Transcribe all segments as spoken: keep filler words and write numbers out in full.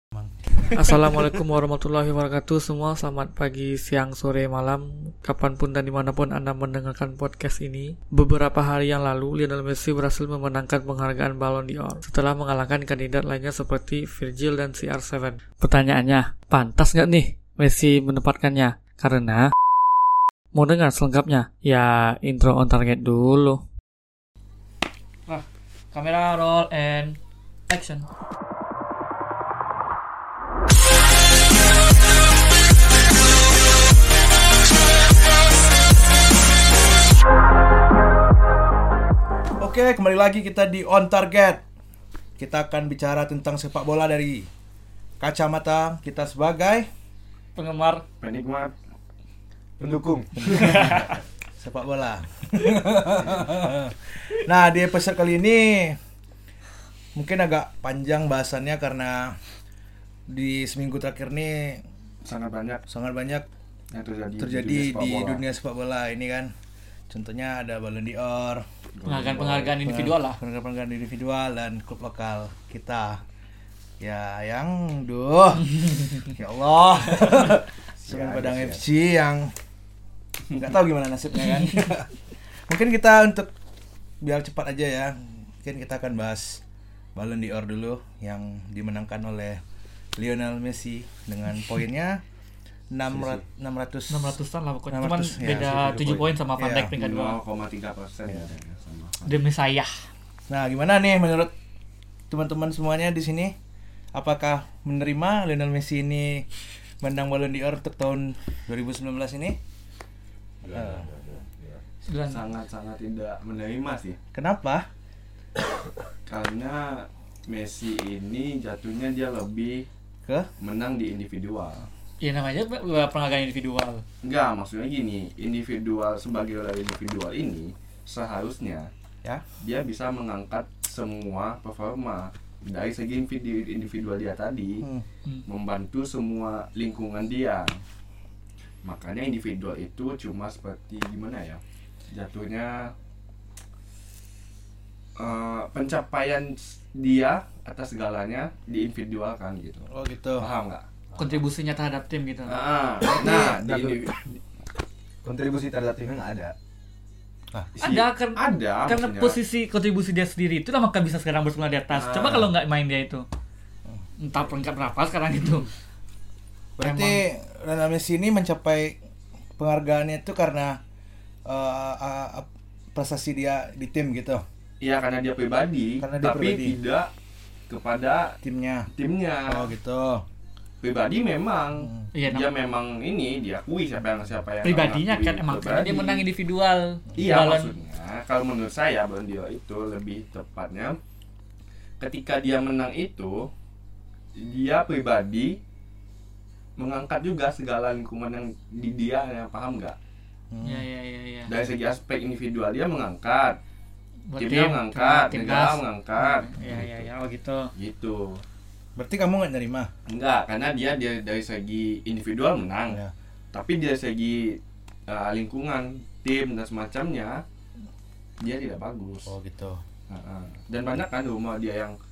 Assalamualaikum warahmatullahi wabarakatuh. Semua selamat pagi, siang, sore, malam, kapanpun dan dimanapun Anda mendengarkan podcast ini. Beberapa hari yang lalu Lionel Messi berhasil memenangkan penghargaan Ballon d'Or setelah mengalahkan kandidat lainnya seperti Virgil dan C R tujuh. Pertanyaannya, pantas nggak nih Messi menempatkannya? Karena mau dengar selengkapnya? Ya intro on target dulu. Nah, kamera roll and action. Oke, kembali lagi kita di On Target. Kita akan bicara tentang sepak bola dari kacamata kita sebagai Penggemar, penikmat, pendukung sepak bola. Nah, di episode kali ini mungkin agak panjang bahasannya karena di seminggu terakhir ini sangat banyak sangat banyak yang terjadi, terjadi di, di dunia dunia sepak bola ini kan. Contohnya ada Ballon d'Or, penghargaan-penghargaan individual lah. penghargaan individual dan klub lokal kita. Ya, yang duh. Ya Allah. Semen Padang F C yang nggak tahu gimana nasibnya kan. Mungkin kita untuk biar cepat aja ya. Mungkin kita akan bahas Ballon d'Or dulu yang dimenangkan oleh Lionel Messi dengan poinnya enam ratus enam ratusan lah pokoknya. enam Cuman ratus, ya, beda tujuh poin sama Van Dijk peringkat dua. nol koma tiga persen ya. Sama. Demi saya. Nah, gimana nih menurut teman-teman semuanya di sini? Apakah menerima Lionel Messi ini menang Ballon d'Or untuk tahun dua ribu sembilan belas ini? Uh, Sangat-sangat tidak menerima sih. Kenapa? Karena Messi ini jatuhnya dia lebih Ke? menang di individual. Ya namanya penghargaan individual. Enggak, maksudnya gini, individual sebagai orang individual ini seharusnya Ya. dia bisa mengangkat semua performa dari segi individual dia tadi, Hmm. membantu semua lingkungan dia. Makanya individual itu cuma seperti gimana ya, jatuhnya uh, pencapaian dia atas segalanya diindividualkan gitu. Oh gitu. Paham nggak? Kontribusinya terhadap tim gitu. Nah, nah di individu- kontribusi terhadap timnya nggak ada. si- Ada kan ada karena maksudnya. posisi kontribusi dia sendiri itu lah maka bisa sekarang bersekolah di atas. Ah. Coba kalau nggak main dia itu. Entah peringkat berapa sekarang itu. Berarti Lionel Messi ini mencapai penghargaannya itu karena uh, uh, prestasi dia di tim gitu, Iya, karena dia pribadi, Karena dia tapi pribadi. tidak kepada timnya. timnya. Oh gitu. Pribadi memang Hmm. Iya, dia nam- memang ini diakui siapa yang siapa yang pribadinya mengakui kan emang karena dia pribadi. menang individual. Iya, Ballon- maksudnya kalau menurut saya Ballon d'Or itu lebih tepatnya ketika dia menang itu dia pribadi mengangkat juga segala lingkungan yang di dia, yang paham nggak? Hmm. Iya iya iya iya. Dari segi aspek individual dia mengangkat, Buat timnya tim, mengangkat, tim negara nas. mengangkat, Iya iya iya, oh gitu. gitu. Berarti kamu nggak nerima? Enggak, karena dia, dia dari segi individual menang, Ya. tapi dari segi uh, lingkungan, tim dan semacamnya dia tidak bagus. Oh gitu. Heeh. Dan banyak kan rumah dia yang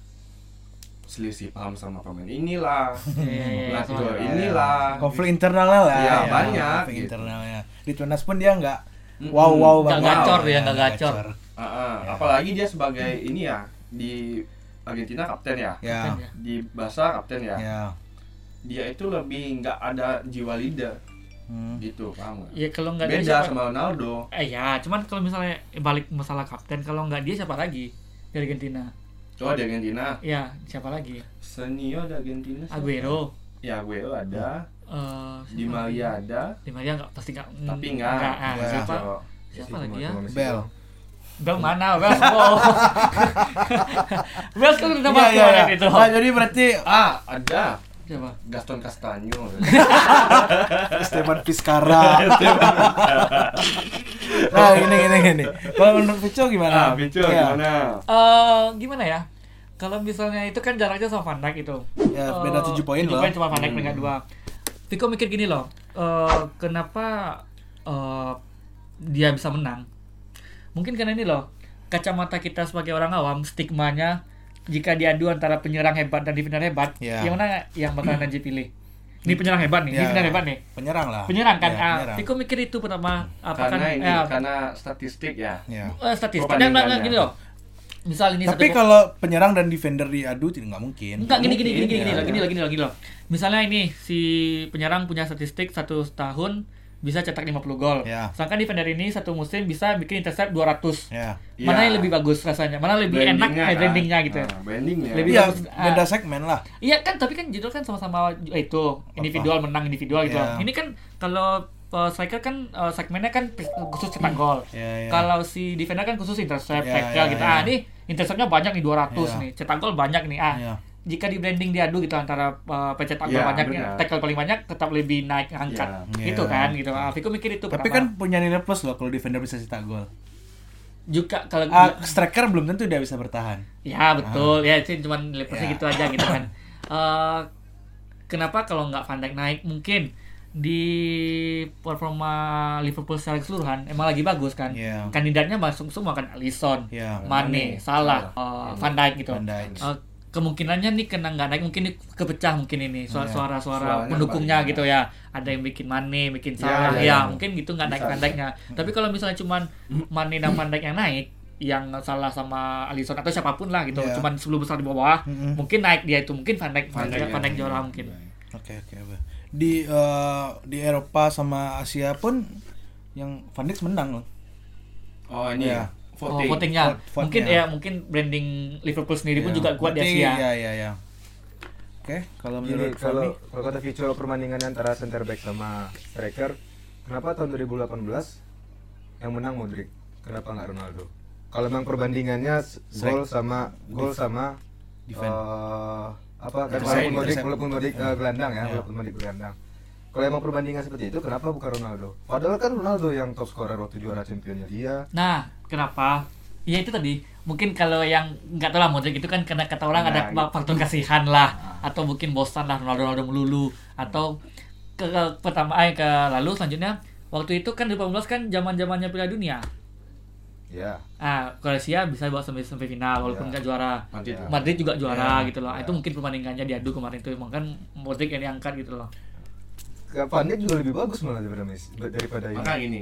selisih paham sama pemain inilah, Iya iya iya. pelatih soalnya. inilah. Konflik internalnya lah. Iya, Ya, banyak, Konflik gitu. internalnya. Di Tunas pun dia nggak Mm-mm. wow wow Nggak banget. gacor dia, Ya, nggak gacor. Heeh. Ya. Apalagi dia sebagai ini ya di Argentina kapten ya, Ya. Kapten ya. di Barca kapten ya. Ya. Dia itu lebih nggak ada jiwa leader, Hmm. gitu, paham nggak? Iya kalau nggak dia Beda siapa? sama Ronaldo. Eh ya, cuman kalau misalnya balik masalah kapten, kalau nggak dia siapa lagi dari Argentina? Coba di Argentina, Ya siapa lagi? senior di Argentina. siapa? Aguero. Ya, Aguero ada, Eh, Di siapa Maria lagi? ada, Di Maria nggak pasti nggak. tapi nggak. ah, Ya. siapa? Cowok. Siapa lagi ya? Bel. Bel mana? Bel. Oh. Bel kan udah Iya masuk iya. orang Ya. itu. Nah, jadi berarti Ah, ada Siapa? Gaston Castanyo. Esteban Vizcarra. Nah, gini gini gini. Kalau menurut Vico gimana? Ah, Bicu Ya. gimana? Eh, gimana ya? Kalau misalnya itu kan jaraknya sama Van Dijk itu. Ya, beda Eh, tujuh poin tujuh loh. poin cuma Van Dijk Hmm. peringkat dua. Viko mikir gini loh. eh, kenapa eh, dia bisa menang? Mungkin karena ini loh. Kacamata kita sebagai orang awam, stigmanya jika diadu antara penyerang hebat dan defender hebat, Ya. yang mana yang bakalan Najib pilih? Ini penyerang hebat nih, Ya. defender hebat nih. Penyerang lah. Penyerang kan? Ya, Ah, penyerang. Tiko mikir itu pertama apakah Karena ini ya, karena statistik ya. Ya. eh, statistik. Nah, nah, nah, Perbandingannya. gini loh. Misal ini Tapi satu kalau penyerang dan defender diadu tidak nggak mungkin. Enggak gini gini gini Mungkin, gini gini ya. loh, gini loh, gini loh, gini loh. Misalnya ini si penyerang punya statistik satu tahun bisa cetak lima puluh gol. Ya. Sedangkan defender ini satu musim bisa bikin intercept dua ratus. Ya. Mana Ya. yang lebih bagus rasanya? Mana lebih enak Brandingnya eh, kan. brandingnya gitu. Nah, brandingnya. Lebih Iya, bagus. Ah. beda segmen lah. Iya kan, tapi kan judul kan sama-sama eh, itu individual menang individual gitu. Ya. Ini kan kalau uh, striker kan uh, segmennya kan khusus cetak gol. Ya, ya. Kalau si defender kan khusus intercept, Ya, tackle ya, gitu. ya. Ah, ini interceptnya banyak nih dua ratus Ya. nih. Cetak gol banyak nih. Ah. Ya. Jika di branding diadu gitu antara uh, pencetak gol Ya, banyak, benar. tackle paling banyak tetap lebih naik angkat. Ya. Gitu Ya. kan gitu. Ah, Viko mikir itu Tapi pertama. kan punya nilai plus loh kalau defender bisa cetak gol. juga kalau Ah, striker belum tentu dia bisa bertahan. ya betul ya itu cuman nilai plusnya Ya. gitu aja gitu kan. Eh, kenapa kalau nggak Van Dijk naik? Mungkin di performa Liverpool secara keseluruhan emang lagi bagus kan. Iya. Kandidatnya masuk semua kan, Alisson, Iya. Mane, Mane, Salah, Salah. eh, Van Dijk gitu. Van Dijk. Eh, kemungkinannya nih kena nggak naik, mungkin ini kepecah mungkin ini suara- Iya. suara-suara Suaranya pendukungnya banyak. gitu ya. Ada yang bikin Mane, bikin Iya, Salah, iya, ya iya. mungkin gitu nggak naik Bisa, Van Dijk-nya. Tapi kalau misalnya cuman Mane dan Van Dijk yang naik, yang Salah sama Alisson atau siapapun lah gitu, Iya. cuman sepuluh besar di bawah, Mm-mm. mungkin naik dia itu, mungkin Van Dijk Van Van Dijk, Dijk, Van Dijk ya. juara mungkin. Oke oke oke. Di eh, di Eropa sama Asia pun yang Van Dijk menang loh. Oh, ini Iya. ya. Oh, Voting. votingnya. Vote- vote-nya. Mungkin ya mungkin branding Liverpool sendiri pun Iya. juga kuat di Berarti, Asia. Iya iya iya. Oke, kalau Gini, menurut kalau Fami, kalau kata Vico perbandingan antara center back sama striker, kenapa tahun dua ribu delapan belas yang menang Modric? Kenapa nggak Ronaldo? Kalau memang perbandingannya s- gol sama gol sama Defend. eh, apa kan Intercept, walaupun Modric intercept. walaupun Modric eh, gelandang ya, Iya. walaupun Modric gelandang. Kalau emang perbandingan seperti itu, kenapa bukan Ronaldo? Padahal kan Ronaldo yang top scorer waktu juara championnya dia. Nah, kenapa? Ya itu tadi, mungkin kalau yang nggak tahu lah Modric itu kan karena kata orang Nah, ada gitu. faktor kasihan lah, atau mungkin bosan lah Ronaldo Ronaldo melulu, atau ke, ke pertama eh, ke lalu selanjutnya waktu itu kan dua ribu delapan belas kan zaman zamannya Piala Dunia. Ya. Ah, Kroasia bisa bawa sampai sampai final walaupun Ya. nggak juara. Madrid. Ya. Madrid juga juara Ya. gitu loh. Ya. Itu mungkin perbandingannya diadu kemarin itu emang kan Modric yang diangkat gitu loh. Van Dijk juga lebih bagus malah daripada Messi daripada ini. Maka gini,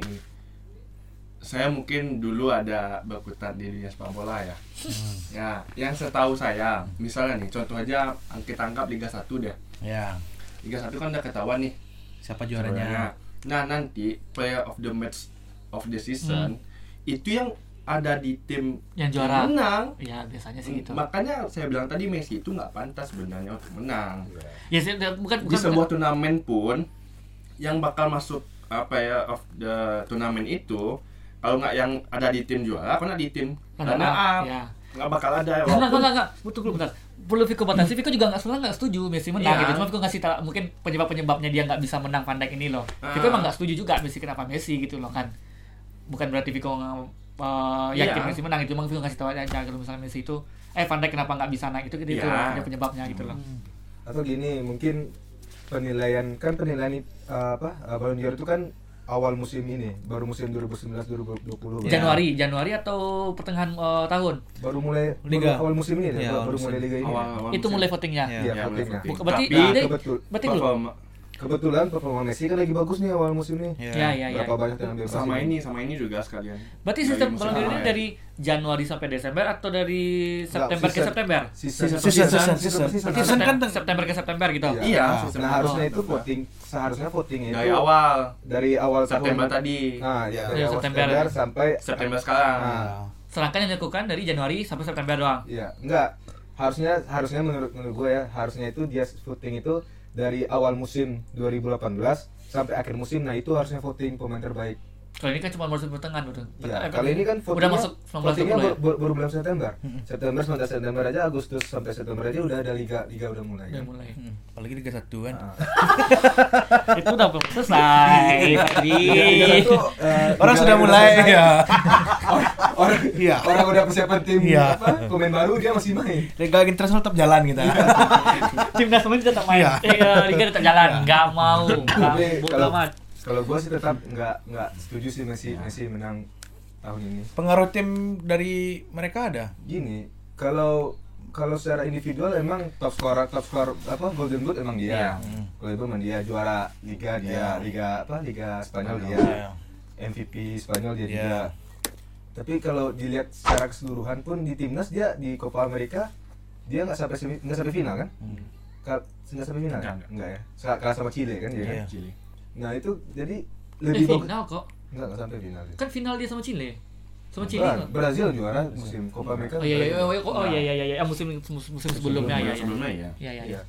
saya mungkin dulu ada berkutat di dunia sepak bola ya. Ya, yang setahu saya, misalnya nih, contoh aja kita anggap Liga satu deh. ya Liga satu kan udah ketahuan nih siapa juaranya. juaranya? Nah, nanti player of the match of the season itu yang ada di tim Yang juara. menang. Ya biasanya sih gitu. Makanya saya bilang tadi Messi itu nggak pantas sebenarnya untuk menang. Ya sih, bukan Di bukan sebuah turnamen pun yang bakal masuk apa ya of the turnamen itu, kalau nggak yang ada di tim juara, kalau nggak di tim runner up, Ya. nggak bakal ada. Enggak, enggak, enggak, enggak. Betul, betul, bentar. Perlu Vico batasi. Vico juga enggak sebenarnya enggak setuju Messi menang Iya. gitu. Cuma Vico ngasih tahu mungkin penyebab-penyebabnya dia enggak bisa menang Van Dijk ini loh. Ah. Vico emang enggak setuju juga Messi kenapa Messi gitu loh kan. Bukan berarti Vico uh, yakin Iya. Messi menang itu, emang Vico ngasih tahu aja kalau misalnya Messi itu eh Van Dijk kenapa enggak bisa naik itu gitu Iya. loh, ada penyebabnya gitu loh. Atau gini, mungkin penilaian kan penilaian uh, apa uh, Ballon d'Or itu kan awal musim ini, baru musim dua ribu sembilan belas dua ribu dua puluh. Ya. Januari, Januari atau pertengahan uh, tahun. Baru mulai Liga. baru awal musim ini, Ya, awal baru musim. mulai liga ini. Awal, awal Itu musim. mulai votingnya. Ya. Iya, Ya, mulai votingnya. voting. Bukan, berarti Tapi dia- kebetul, berarti dulu. performa kebetulan performa Messi kan lagi bagus nih awal musim ini. Ya. Ya, ya, ya. Berapa banyak yang ambil sama ini sama ini juga sekalian. Berarti Dari sistem musim Ballon d'Or ini lalu. dari Januari sampai Desember atau dari September ke season. September? Season Season, season, season. Berarti Season kan September, September ke September gitu. Iya. Iya, Ah. sistem Nah, harusnya awal. itu voting, seharusnya votingnya dari itu awal dari awal September tahun. tadi Nah, ya, dari Iya, awal September. September sampai September sekarang. Ah. Sedangkan yang dilakukan dari Januari sampai September doang. Iya, enggak. Harusnya harusnya menurut menurut gue ya, harusnya itu dia voting itu dari awal musim dua ribu delapan belas sampai akhir musim. Nah, itu harusnya voting pemain terbaik. Kalau ini kan cuma musim pertengahan udah. Iya, Eh, kali ini kan udah votingnya, masuk sembilan belas votingnya dua puluh ya. baru, baru, baru bulan September. September sembilan belas September aja, Agustus sampai September aja udah ada liga liga udah mulai. Udah Kan? mulai. Hmm, apalagi Liga satu kan. Nah, Itu udah belum selesai. Tadi. Liga satu, eh, Orang liga sudah udah mulai selesai. ya. orang orang, Iya. orang udah persiapan tim Iya. apa pemain baru dia masih main. Liga internasional tetap jalan kita. Timnas temen tetap main. Iya. Eh, eh, Liga tetap jalan. Enggak mau. Enggak Tapi bodo kalau amat. kalau gue sih tetap nggak nggak setuju sih Messi Messi menang tahun ini. Pengaruh tim dari mereka ada. Gini, kalau kalau secara individual emang top scorer top scorer apa Golden Boot emang dia. Iya. Golden Boot emang dia, juara liga dia, Iya. liga apa? Liga Spanyol dia. Iya. M V P Spanyol dia Iya. juga. Tapi kalau dilihat secara keseluruhan pun di timnas dia di Copa America dia nggak sampai semi- nggak sampai final kan? Hmm. Ka- nggak sampai final Nggak, kan? nggak. Enggak ya. Sa- Kalah sama Chile kan dia. Iya. Kan? Chile. Nah, itu jadi Eh, lebih bagus. final kok. Enggak, enggak sampai final. dia. Kan final dia sama Chile. Sama Chile. Bukan, kok. Brazil juara musim Copa America. Oh iya iya Brazil. iya oh, oh iya iya iya musim musim, musim sebelumnya ya ya. Sebelumnya ya. Iya iya iya. Iya.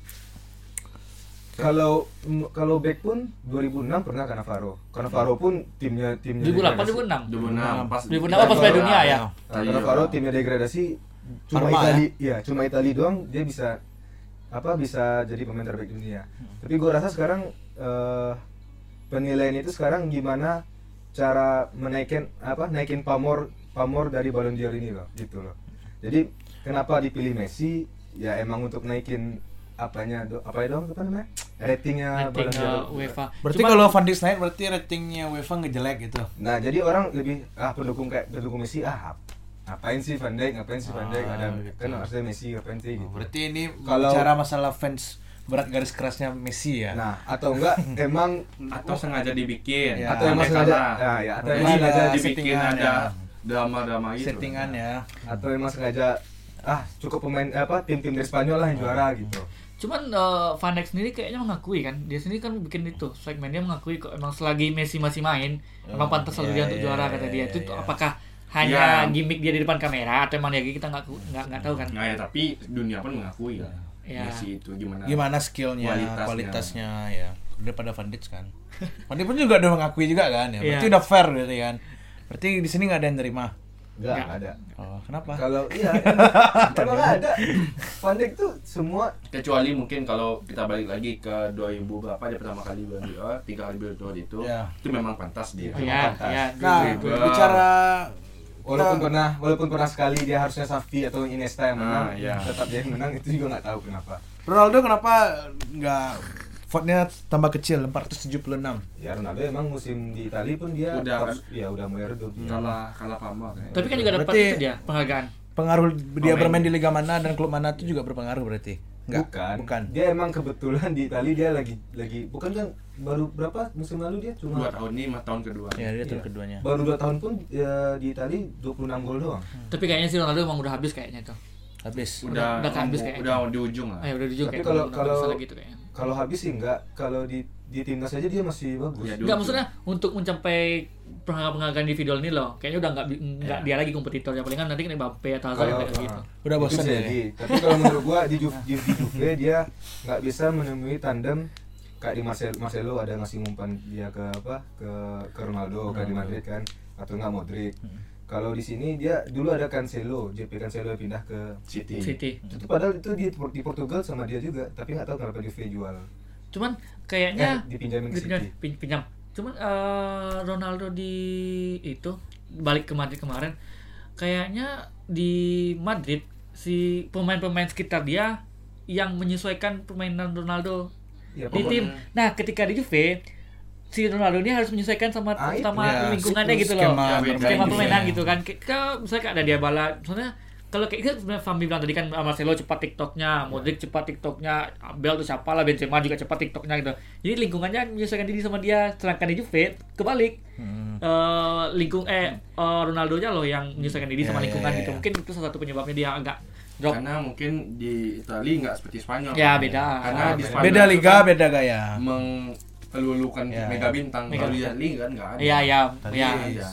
Kalau m- kalau back pun dua ribu enam pernah Cannavaro. Cannavaro pun timnya timnya dua ribu delapan degradasi. dua ribu enam. dua ribu enam pas dua ribu enam pas Piala Dunia ya. Nah, Cannavaro timnya degradasi cuma Parma, Itali, ya cuma Itali doang dia bisa apa bisa jadi pemain terbaik dunia. Tapi gue rasa sekarang eh, penilaian itu sekarang gimana cara menaikkan apa naikin pamor pamor dari Ballon d'Or ini loh, gitu loh. Jadi kenapa dipilih Messi? Ya emang untuk naikin apanya do, apa ya dong apa namanya? Ratingnya Rating Ballon d'Or. uh, UEFA. Berarti Cuman- kalau Van Dijk naik berarti ratingnya UEFA ngejelek gitu. Nah, jadi orang lebih ah pendukung kayak pendukung Messi ah ngapain sih Van Dijk, ngapain sih Van Dijk, Ah, ada gitu. kan harusnya Messi ngapain sih gitu. Oh, berarti ini Kalau- bicara masalah fans berat garis kerasnya Messi ya. Nah, atau enggak emang atau sengaja dibikin Ya. atau emang Sampai sengaja kalah. ya, ya atau Jadi emang ada sengaja dibikin settingan ada ya. drama-drama gitu. Settingan ya. atau emang sengaja ah cukup pemain apa tim-tim dari Spanyol lah yang juara gitu. Cuman uh, Van Dijk sendiri kayaknya mengakui kan, dia sendiri kan bikin itu segmen dia mengakui kok emang selagi Messi masih main, emang pantas selalu iya, dia untuk iya, juara iya, kata dia. iya, Itu iya. apakah hanya Ya. gimmick dia di depan kamera atau emang dia kita nggak nggak nggak tahu kan? Nah ya tapi dunia pun mengakui lah Ya. Messi itu gimana Gimana skillnya, Kualitasnya. kualitasnya, ya daripada Van Dijk kan. Van Dijk pun juga udah mengakui juga kan ya. Berarti Iya. udah fair berarti kan. Berarti di sini nggak ada yang terima. Enggak, Nggak. enggak ada. Oh, kenapa? Kalau iya emang, emang nggak ada. Van Dijk tuh semua kecuali mungkin kalau kita balik lagi ke dua ribu berapa dia pertama kali Ballon d'Or, tiga kali Ballon d'Or itu Ya. itu memang pantas dia. Iya, pantas. iya. Nah, Dribble. bicara walaupun kita- pernah walaupun pernah sekali dia harusnya Xavi atau Iniesta yang menang, Ah, iya. tetap dia yang menang itu juga nggak tahu kenapa. Ronaldo kenapa nggak vote-nya tambah kecil empat ratus tujuh puluh enam? Ya Ronaldo emang musim di Itali pun dia Udah, top- kan? ya udah mulai redup. Kalah kalah Parma kayaknya. Tapi kan juga dapat Berarti- itu dia penghargaan. Pengaruh dia Pemain. bermain di liga mana dan klub mana itu juga berpengaruh berarti? Enggak. Bukan. Bukan. Dia emang kebetulan di Itali dia lagi lagi bukan kan baru berapa musim lalu dia cuma dua tahun ini mah tahun kedua. Ya, dia tahun Iya. keduanya. baru dua tahun pun ya, di Itali dua puluh enam gol doang. Tapi kayaknya sih Ronaldo emang udah habis kayaknya itu. Habis. Udah Udah habis udah, kayaknya. udah di ujung lah. Ah, ya udah dijual Tapi kayak kalau- udah kalau- salah gitu kayaknya. Kalau habis sih enggak, kalau di di timnas aja dia masih bagus. Ya, Enggak, maksudnya untuk mencapai penghargaan individual ini loh, kayaknya udah nggak bi- nggak Ya. dia lagi kompetitornya, palingan nanti kan Mbappe atau Hazard Kalau kayak gitu. ah, Udah itu bosan bisa ya. jadi. Tapi kalau menurut gua di Juve di, di Juve dia nggak bisa menemui tandem kayak di Marcelo, Marcelo ada ngasih umpan dia ke apa ke ke Ronaldo kayak di Madrid kan atau nggak Modric. Kalau di sini dia dulu ada Cancelo, J P Cancelo yang pindah ke City. City. itu padahal itu di, di Portugal sama dia juga, tapi nggak tahu kenapa Juve jual. Cuman kayaknya Eh, dipinjamin ke dipinjam, City. pin- pinjam. Cuman eh, Ronaldo di itu balik ke Madrid kemarin, kayaknya di Madrid si pemain-pemain sekitar dia yang menyesuaikan permainan Ronaldo Ya, di pokoknya- tim. Nah, ketika di Juve si Ronaldo ini harus menyesuaikan sama Ah, itu sama ya, lingkungannya itu gitu skema loh. bermain Skema Juve. permainan gitu kan. Kita misalnya kayak ada Dybala, misalnya kalau kayak gitu sebenarnya Fahmi bilang tadi kan Marcelo cepat TikToknya, Modric cepat TikToknya, Bale tuh siapa lah, Benzema juga cepat TikToknya gitu. Jadi lingkungannya menyesuaikan diri sama dia. Sedangkan di Juve kebalik. Hmm. Eh, lingkung eh eh, Ronaldo-nya loh yang menyesuaikan diri sama Ya, ya, lingkungan ya, gitu. ya. Mungkin itu salah satu penyebabnya dia agak drop. Karena mungkin di Itali nggak seperti Spanyol. Ya, beda. Karena di Beda Spanyol Beda itu liga, kan beda gaya. mengelulukan Ya. mega bintang. Mega Kalau di bintang. Itali kan nggak ada. Iya, iya, Tadi iya. Iya.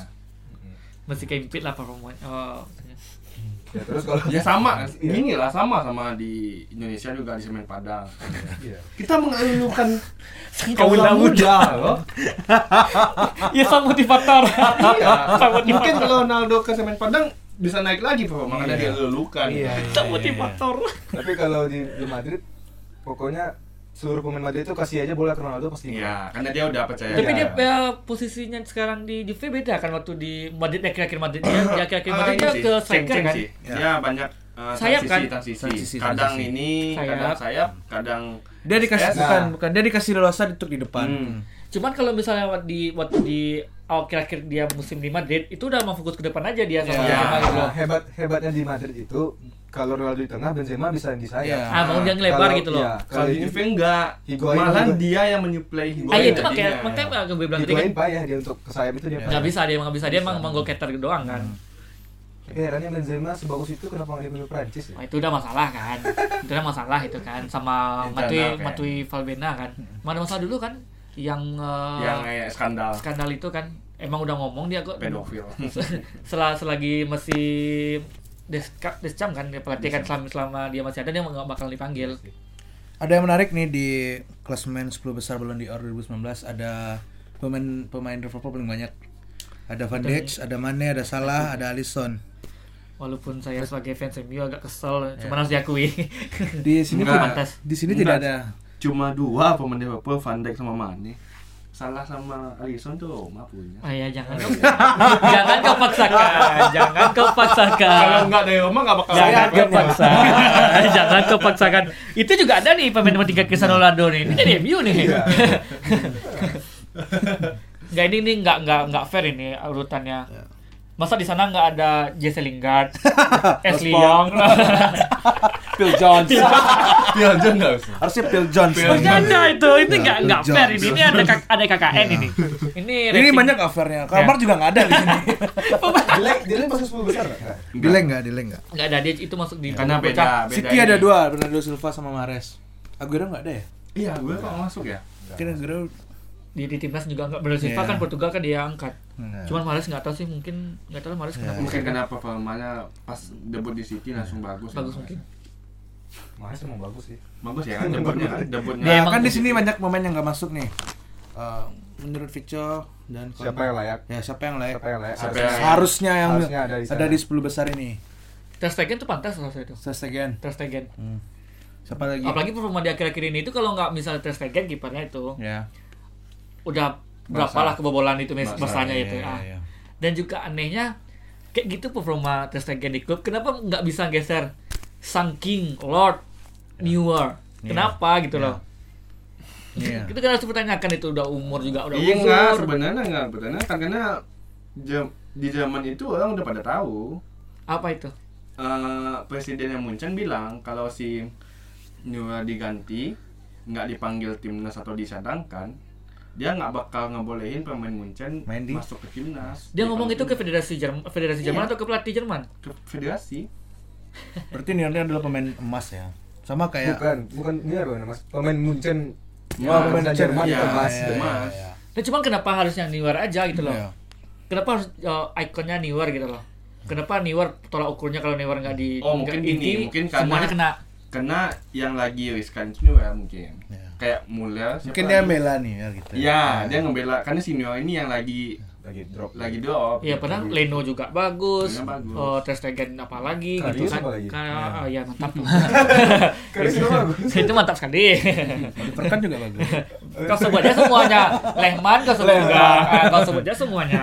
Masih kayak impit lah performanya. Oh. Ya, terus kalau Ya sama, Iya. gini lah sama sama di Indonesia juga di Semen Padang. Iya. Kita mengelulukan Kaula muda loh. Ya sang motivator. Iya. Sang Mungkin motivator. kalau Ronaldo ke Semen Padang bisa naik lagi performa makanya dia lulukan. Iya, iya. Sang motivator. Tapi kalau di, di Madrid pokoknya seluruh pemain Madrid itu kasih aja bola ke Ronaldo pasti. Iya, karena dia udah percaya. Tapi Iya. dia ya, posisinya sekarang di Juve beda kan waktu di Madrid ya akhir-akhir Madrid dia di akhir-akhir Ah, Madrid ini dia sih, ke striker ceng-ceng kan. sih. Dia banyak uh, Sayap transisi, kan? transisi. Transisi, Kadang transisi. ini, Sayap. kadang sayap, kadang Dia dikasih S. bukan, bukan dia dikasih leluasa untuk di depan. Hmm. Cuman kalau misalnya waktu di waktu di awal akhir-akhir dia musim di Madrid itu udah mau fokus ke depan aja dia sama Iya. Benzema gitu loh. Nah, hebat hebatnya di Madrid itu kalau Ronaldo di tengah, Benzema bisa di sayap. Iya. Ah, mau dia ngelebar Kalau- gitu loh. iya, Kalau di Juve enggak, Higuain malah juga. dia yang menyuplai Higuain. Ah, iya itu tadinya. makanya makanya gue bilang tadi kan Higuain payah dia untuk ke sayap itu dia. nggak bisa dia emang nggak bisa dia emang emang goal getter doang kan. Eh, herannya Benzema sebagus itu kenapa nggak diambil Prancis ya? Wah, itu udah masalah kan. Itu udah masalah itu kan sama Internal Matui kayak. Matui Valbuena kan. Mana masalah dulu kan yang eh, Yang kayak skandal skandal itu kan emang udah ngomong dia kok pedofil. setelah selagi masih Deschamps Deschamps kan dia pelatih kan selama, selama dia masih ada dia nggak bakal dipanggil. Ada yang menarik nih di klasemen sepuluh besar Ballon d'Or dua ribu sembilan belas, ada pemain pemain Liverpool paling banyak. Ada Van Dijk, ada Mane, ada Salah, ada Alisson. Walaupun saya sebagai fans M U agak kesel, cuman harus diakui. Di sini Enggak. tuh pantas. di sini Enggak. tidak ada. Cuma dua pemain Liverpool, Van Dijk sama Mane. Salah sama Alisson tuh Roma punya. Oh ya jangan jangan kau paksakan, jangan kau paksakan. Kalau enggak dari Roma enggak bakal Jangan ada. kau paksa, jangan kau paksakan. Itu juga ada nih pemain nomor tiga Cristiano Ronaldo nih. Ini dari M U nih. Enggak ini nih enggak enggak enggak fair ini urutannya. Masa di sana nggak ada Jesse Lingard, Ashley Young, Phil Jones. Dia aja enggak usah. Harusnya Phil Jones. harusnya ada itu. Itu nggak nggak Phil fair Jones. ini. Ini ada K- ada K K N ini. Ini Ini rating. banyak covernya. Kamar juga nggak ada di sini. Dilek, Dilek masuk sepuluh besar nggak? Dileng nggak, Dileng nggak. nggak ada dia itu masuk di Karena bocah. beda, beda. City ini. ada dua, Bernardo Silva sama Mahrez. Aguero nggak ada ya? Iya, gue kok masuk ya. Kira Aguero Di, di timnas juga nggak. Bernardo Silva Iya. kan Portugal kan dia angkat. nggak. Cuman Mahrez nggak tahu sih, mungkin nggak tahu Mahrez kenapa. Mungkin karena performanya pas debut di City langsung bagus. Bagus ya. mungkin. Mahrez emang bagus sih. Bagus ya kan debutnya kan. Debutnya. Dia Nah, emang kan di bagus. sini banyak pemain yang nggak masuk nih. Eh, menurut Victor dan Siapa yang layak? Ya, siapa yang layak? Siapa yang layak? Siapa Harusnya- yang- Harusnya yang Harusnya ada di sana. ada di sepuluh besar ini. Ter Stegen tuh pantas rasanya itu. Ter Stegen. Ter Stegen. Hmm. Siapa lagi? Apalagi performa di akhir-akhir ini itu kalau nggak misalnya Ter Stegen kipernya itu Ya. udah berapa Barca. lah kebobolan itu mes- Barca, Barsanya Iya, itu. iya, Ah. iya. Dan juga anehnya kayak gitu performa Ter Stegen di klub, kenapa nggak bisa geser Sang King, Lord, Neuer? Iya. Kenapa gitu Iya. loh? Iya. Kita kan harus dipertanyakan itu udah umur juga udah Iya enggak, umur. sebenarnya enggak sebenarnya kan karena jam, di zaman itu orang udah pada tahu. Apa itu? Eh, presiden yang Munchen bilang kalau si Neuer diganti nggak dipanggil timnas atau disadangkan, dia nggak bakal ngebolehin pemain Munchen Main di- masuk ke timnas. Dia ngomong itu ke Dipanggil Federasi Jerman, Federasi Iya. Jerman atau ke pelatih Jerman? ke federasi. Berarti Niornya adalah pemain emas ya. Sama kayak Bukan, bukan dia bukan Mas. Pemain Munchen. Ya, Oh, pemain dan Jerman iya, emas. iya, emas. iya. Nah, cuman kenapa harusnya Neuer aja gitu loh? Iya. Kenapa harus uh, ikonnya Neuer gitu loh? Kenapa Neuer tolak ukurnya kalau Neuer nggak di Oh, mungkin nggak gini, inti, mungkin karena- semuanya kena. Karena yang lagi riskan itu Neuer mungkin. Iya. Kayak Muller. siapa Mungkin dia lagi? bela nih ya gitu. Iya, dia ngebela karena si Neuer ini yang lagi Lagi drop. lagi drop. Iya, padahal Leno juga bagus. Leno bagus. Oh, Ter Stegen apalagi gitu Karius kan. apa lagi? Ka- oh, ya mantap. Karius juga bagus. Itu mantap sekali. Perkan juga bagus. Kau sebut aja semuanya. Lehman kau sebut juga. Ah, kau sebut aja semuanya.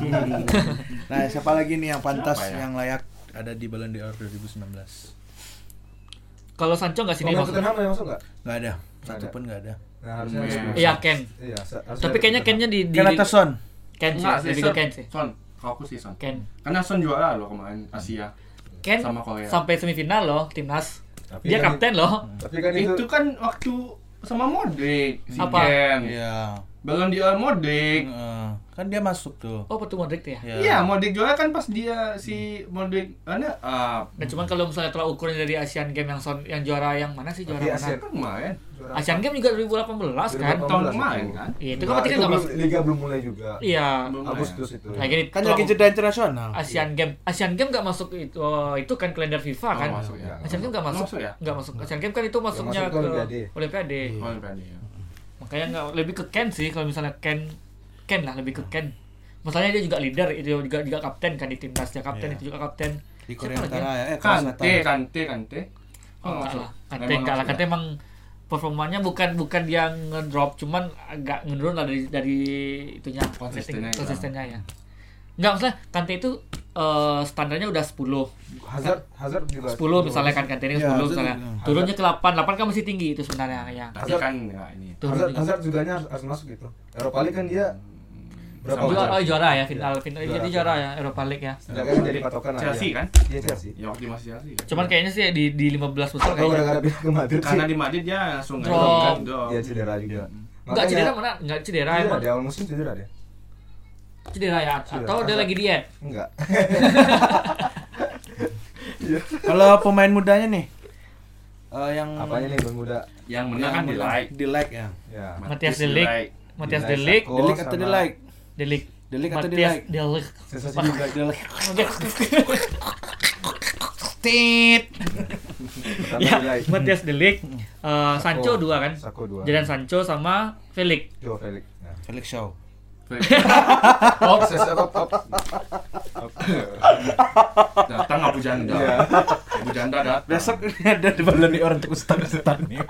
Nah, siapa lagi nih yang pantas Siapa ya? yang layak ada di Ballon d'Or dua ribu sembilan belas? Kalau Sancho nggak sini Pemain masuk. Tottenham yang masuk nggak? Nggak ada. Nggak Satu ada. pun nggak ada. Nah, harusnya Iya. ada. Iya, Ken. Iya, sa- harusnya Tapi ada kayaknya Tottenham. Kennya di di Ken atau Son? Ken sih, Enggak, lebih ke Son. Ken sih. Son. Kalau aku sih Son. Ken. Karena Son juara loh kemarin Asia. Ken Sama Korea. sampai semifinal loh timnas. Tapi Dia kan- kapten loh. Tapi kan itu, Itu kan waktu sama Modric si Apa? Ken. Iya. Ballon d'Or Modric. Heeh. Kan dia masuk tuh. Oh, waktu Modric tuh ya. Ya. Iya, Modric juara kan pas dia si Modric ada ah Nah, cuman kalau misalnya tolak ukurnya dari Asian Games yang son, yang juara yang mana sih juara Tapi mana? Asian- kemarin. juara Asian apa? Games juga dua ribu delapan belas kan. dua ribu tahun delapan belas kemarin itu. kan? Iya, itu kan Nah, berarti kan nggak belum- masuk. Liga belum mulai juga. Iya. Belum Agustus itu. Lagi di Kan lagi jeda internasional. Asian Games. Asian Games nggak masuk itu oh, itu kan kalender FIFA kan. Oh, masuk ya. Asian Games nggak masuk. Masuk ya? Nggak masuk. Asian Games kan itu masuknya masuk ke ke Olimpiade. Olimpiade. Oh, Olimpiade ya. Makanya nggak lebih ke Ken sih kalau misalnya Ken Ken lah lebih ke Ken. Masalahnya dia juga leader, itu juga juga kapten kan di timnas, dia kapten Iya. itu juga kapten. Di Korea Siapa lagi Utara ya? ya. Eh, Korea Kante, Selatan. Kante, Kante. Oh, Oh, enggak masuk. lah. Kante Memang enggak lah. masuk Kante ya? emang performanya bukan bukan dia ngedrop, cuman agak menurun lah dari dari itunya Konsistennya rating- ya. konsistennya ya. Enggak, maksudnya Kante itu eh, standarnya udah sepuluh. Hazard, Hazard juga. sepuluh misalnya kan Kante ini Iya, sepuluh Hazard misalnya. juga. Turunnya ke delapan. delapan kan masih tinggi itu sebenarnya ya. Tapi Hazard- kan ya ini. Turun Hazard, juga. Hazard juga harus, harus masuk gitu. Eropa League kan dia Berapa Sama Juara, juara? oh juara ya final final Juara. jadi juara ya Europa League ya. Sedangkan jadi patokan lah Chelsea ya. kan? Iya Chelsea. Ya waktu masih Chelsea kan. Cuman kayaknya sih di di lima belas besar Kalau kayaknya. gara-gara pindah ke Madrid Karena sih. di Madrid dia langsung Drop. kan, drop. Dia cedera juga. Enggak cedera mana? Enggak cedera Cedera, emang. di awal musim cedera dia. Cedera ya Cedera. atau dia lagi diet? Enggak. Kalau pemain mudanya nih eh, yang Apanya nih Bang Muda? Yang menang kan di like. di like ya. Ya. Matias De Ligt. Matias De Ligt, Sako Di like atau sama di like? De Ligt. Di like atau di Matias like? De Ligt. Sensasi juga. Di like. Tit. Pertama Ya, di like. Matias De Ligt, eh, Sancho dua kan? Sako dua. Jadon Sancho sama Felix. Jo Felix. Nah. Felix Shaw. Oh, Sesa top top. Datang Abu Janda. Iya. Abu Janda datang. Besok ada di balon di orang untuk ustaz-ustaz nih.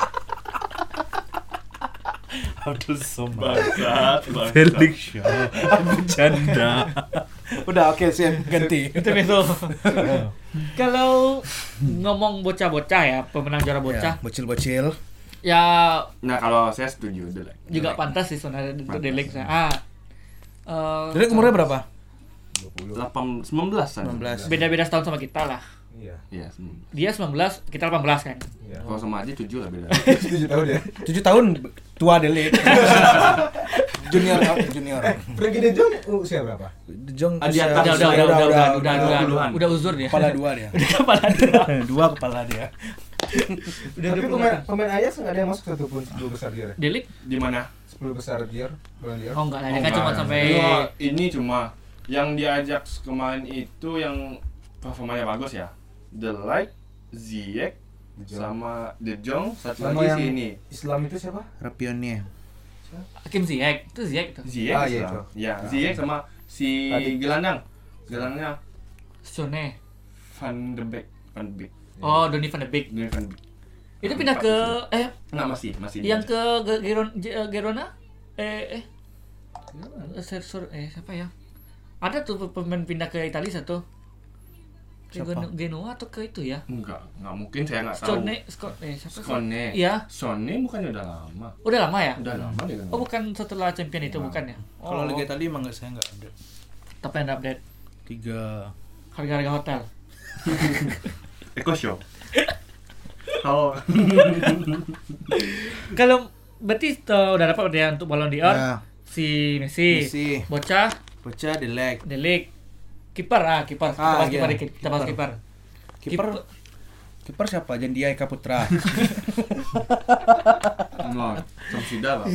Abdul Somad. Bangsat, bangsat. Felix Shaw. Abu Janda. Udah oke siap ganti. itu itu. Kalau ngomong bocah-bocah ya, pemenang juara bocah, Ya, bocil-bocil. ya Nah, kalau saya setuju The Like. juga pantas sih sebenarnya untuk Pantas. De Ligt. Ah. Eh, Jadi umurnya berapa? dua puluh. delapan sembilan belas kan? sembilan belas. beda-beda setahun sama kita lah. Iya. Iya, sembilan belas. Dia sembilan belas, kita delapan belas kan. Iya. Kalau sama Aji tujuh lah beda. tujuh tahun ya. tujuh tahun tua Delik. Junior junior. Frankie De Jong usia berapa? De Jong Ah, di usia- atas. Udah, udah, udah, udah, udah, udah, udah, udah, puluhan. udah uzur dia. Kepala dua dia. Udah kepala dua. Dua kepala dia. Udah Tapi dua pemain puluh. pemain Ajax nggak ada yang masuk satu pun sepuluh besar dia. De Ligt? Di mana? sepuluh besar dia, bulan dia. Oh enggak lah, dia Oh, kan cuma enggak. sampai Cuma ini cuma yang diajak kemarin itu yang performanya bagus ya. The Like, Ziyech, De Jong. sama De Jong, satu Sama lagi yang si ini. Islam itu siapa? Rapionnya. Kim Ziyech. Itu Ziyech itu. Ziyech, Ah, iya Islam. itu. Ya, Ziyech sama si Tadi. gelandang. Gelandangnya Sone. Van de Beek, Van de Beek. Oh, Donny van de Beek. Ini Van de Beek. Itu pindah ke eh Enggak masih, masih. yang diajak. ke Ge- Geron Ge- Gerona? Eh eh Eh, sorry, sorry, eh siapa ya? Ada tuh pemain pindah ke Italia satu. Ke Siapa? Geno- Genoa atau ke itu ya? Enggak, enggak mungkin saya enggak tahu. Scone, Scott, eh siapa? sih? Skone. Iya. Sone bukannya udah lama. Udah lama ya? Udah lama dia kan. Oh bukan setelah champion itu bukan ya? Oh, Kalau Liga Italia emang nggak saya nggak ada. top end update Tiga. harga-harga hotel. Eko Show. Oh. Kalau berarti uh, udah dapat ya untuk Ballon d'Or Ya. si Messi, Messi. Bocah, Bocah Delik. De Ligt, kiper ah kiper, kita Ah, bahas iya. kiper dikit, kita bahas kiper. Kiper. Kiper siapa? Jandia Eka Putra. Enggak, Samsida lah.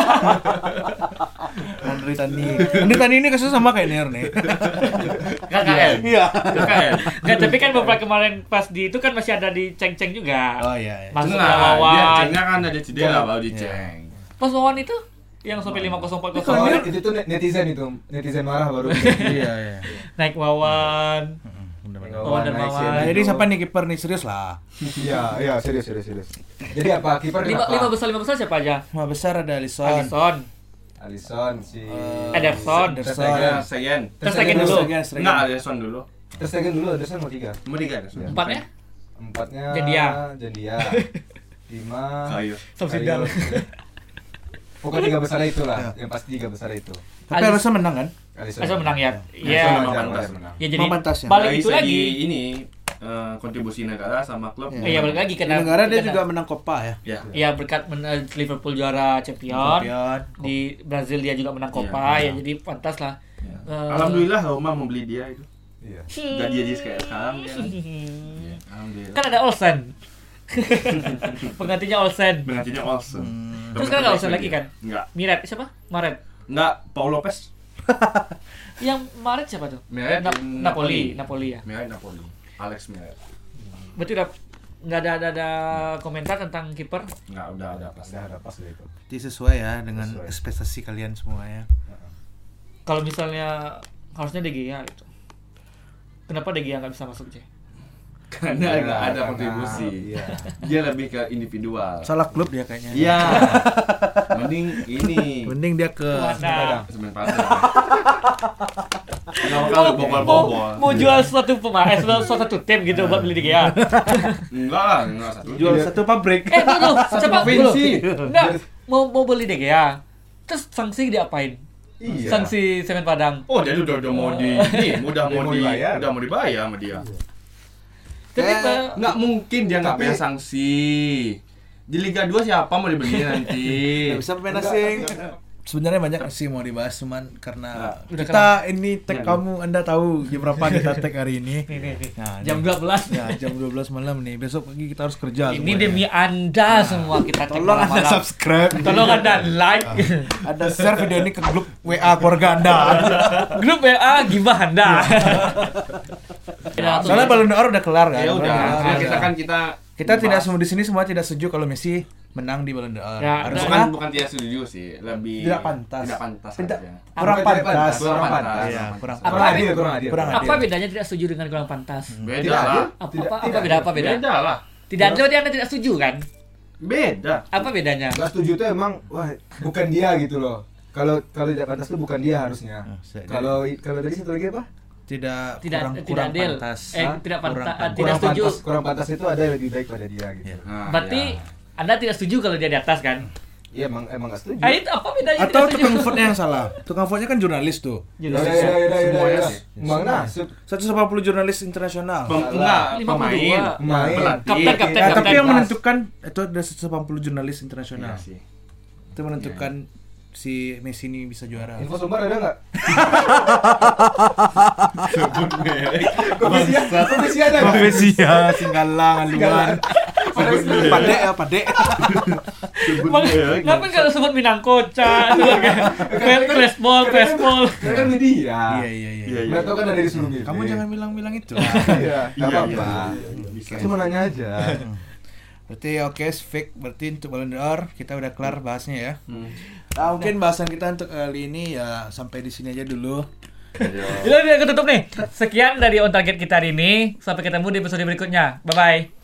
Andri Tani. Andri Tani ini kasusnya sama kayak Ner nih. K K L. Iya. K K L. Enggak, tapi kan beberapa kemarin pas di itu kan masih ada di ceng-ceng juga. Oh iya. iya. Masuk Enggak, dia Wawan. cengnya kan ada cedera baru diceng. Pas Wawan itu yang sampai lima nol empat Oh, nol itu tuh netizen itu, netizen marah baru. Iya iya. naik Wawan. Bener-bener. Oh, dan naik Wawan. sini Nah, jadi itu. siapa nih kiper nih serius lah. Iya, iya serius serius serius. Jadi apa kiper Lima, kenapa? lima besar lima besar siapa aja? Lima besar ada Alisson. Alisson, Alisson si Eh, Ederson. Ederson. Ya, Sayen. Ter Stegen dulu. Stegen, Stegen. Enggak, Ederson dulu. Ter Stegen dulu, Ederson mau tiga. Mau tiga Ederson. Empatnya? Empatnya Jandia. Jandia. Lima Kayu. Samsidal. Kayu. Pokoknya tiga besar itu lah, yang pasti tiga besar itu. Tapi Alis- Alisson menang kan? Alisson menang ya. Alisson Iya. menang, menang. Alisson menang. Ya jadi Mau pantas ya? balik Dari itu segi lagi. ini eh, kontribusi negara sama klub. Iya. Eh, ya balik lagi Di karena negara dia karena- juga menang Copa ya. Ya. ya berkat men- eh, Liverpool juara champion. Champion. Di Brazil dia juga menang Copa Iya, ya jadi pantas lah. Ya. Eh, Alhamdulillah Roma membeli dia itu. Iya. Gaji dia kayak sekarang dia. kan. Ya, alhamdulillah. Kan ada Olsen. Penggantinya Olsen. Penggantinya Olsen. Hmm. Terus sekarang nggak Olsen lagi kan? Enggak. Miret siapa? Maret. Enggak, Paul Lopez. Yang Maret siapa tuh? Meret Na- in Napoli, Napoli. Napoli ya. Meret Napoli. Alex Meret. Berarti udah nggak ada, ada ada komentar tentang kiper. Enggak, udah udah pasti. Udah ada pas deh itu. Jadi sesuai ya dengan Sesuai. ekspektasi kalian semua ya. Kalau misalnya harusnya De Gea gitu. Kenapa De Gea nggak bisa masuk J? Karena Iya, enggak ada karena- kontribusi. iya. Dia lebih ke individual. Salah klub dia kayaknya. Iya. Mending ini. Mending dia ke Padang. Semen Padang. Kenapa kalau bobol-bobol? Mau jual suatu pemain, eh, suatu, suatu tim gitu buat beli De Gea. Enggak lah, enggak satu. jual satu pabrik. Eh dulu, cepat dulu. provinsi. Enggak, mau mau beli De Gea. Terus sanksi diapain? Iya. sanksi Semen Padang. Oh, jadi udah udah mau di ini, udah Udah mau mau di dibayar. udah mau dibayar sama dia. Tapi Eh, Pak, Nggak mungkin dia nggak Tapi- punya sanksi. Di Liga dua siapa mau dibeli nanti? Nggak bisa pemain asing. Sebenarnya banyak sih mau dibahas, cuman karena Udah kita ini tag kamu, Anda tahu jam berapa kita tag hari ini. nih, nih, nih. Nah, jam nih. dua belas. Ya, jam dua belas malam nih. Besok pagi kita harus kerja. Ini semuanya. demi Anda semua kita cek Tolong Anda malam-malam. subscribe. Tolong Anda like. Ada share video ini ke grup W A keluarga Anda. Grup W A gibah Anda. Soalnya Ballon d'Or udah kelar kan. Ya udah, Ballon d'Or karena udah. kita kan kita Kita tidak semua di sini semua tidak setuju kalau Messi menang di Ballon d'Or. Ya, Harusnya bukan bukan tidak setuju sih, lebih Tidak pantas. Tidak pantas. Tidak- harusnya. kurang Apa tidak pantas. Kurang pantas. Iya, kurang Apa- Kurang adil, kurang adil. Kurang Apa adil. bedanya tidak setuju dengan kurang pantas? Beda Tidak adil. lah. Apa Tidak- apa, apa tidak beda adil. apa beda? Beda lah. Tidak ada berarti Anda tidak setuju kan? Beda. Apa bedanya? Nggak setuju tuh emang wah bukan dia gitu loh. Kalau kalau tidak pantas tuh bukan dia harusnya. Nah, saya- Kalau kalau tadi satu lagi apa? Tidak Tidak kurang tidak kurang adil. pantas. Eh, Hah? tidak Kurang pantas. pantas. Tidak Kurang setuju. pantas, kurang pantas itu ada yang lebih baik pada dia gitu. Iya. Nah, Berarti ya. Anda tidak setuju kalau dia di atas kan? Iya emang emang nggak setuju. Ah, itu apa bedanya? Atau tidak tukang setuju? vote yang salah. Tukang vote-nya kan jurnalis tuh. Ya udah, ya udah, ya udah, ya Semuanya udah. sih. Mana? seratus delapan puluh jurnalis internasional. Pem, enggak, lima puluh dua. pemain, Pemain. pelatih. Kapten, kapten, Ya, tapi kapten. yang menentukan itu ada seratus delapan puluh jurnalis internasional. Iya sih. Itu menentukan si Messi ini bisa juara. Info sumber ada nggak? Sebut merek. Komisi komisi ada nggak? Profesi ya, singgalang, aluan. Padek ya, padek. Sebut Bang, merek. ngapain kalau sebut Minang Koca, flashball, flashball. Ini kan media. Iya, iya, iya. Iya, iya. Nggak tahu kan ada di seluruh media. Kamu jangan bilang-bilang itu. Iya, nggak Iya, apa-apa. iya, iya, bisa. Cuma nanya aja. Berarti oke, fake. Berarti untuk Ballon d'Or kita udah kelar bahasnya ya. Hmm. Nah, mungkin bahasan kita untuk kali ini ya sampai di sini aja dulu. Ayo. Udah, udah, ketutup nih. Sekian dari On Target kita hari ini. Sampai ketemu di episode berikutnya. Bye-bye.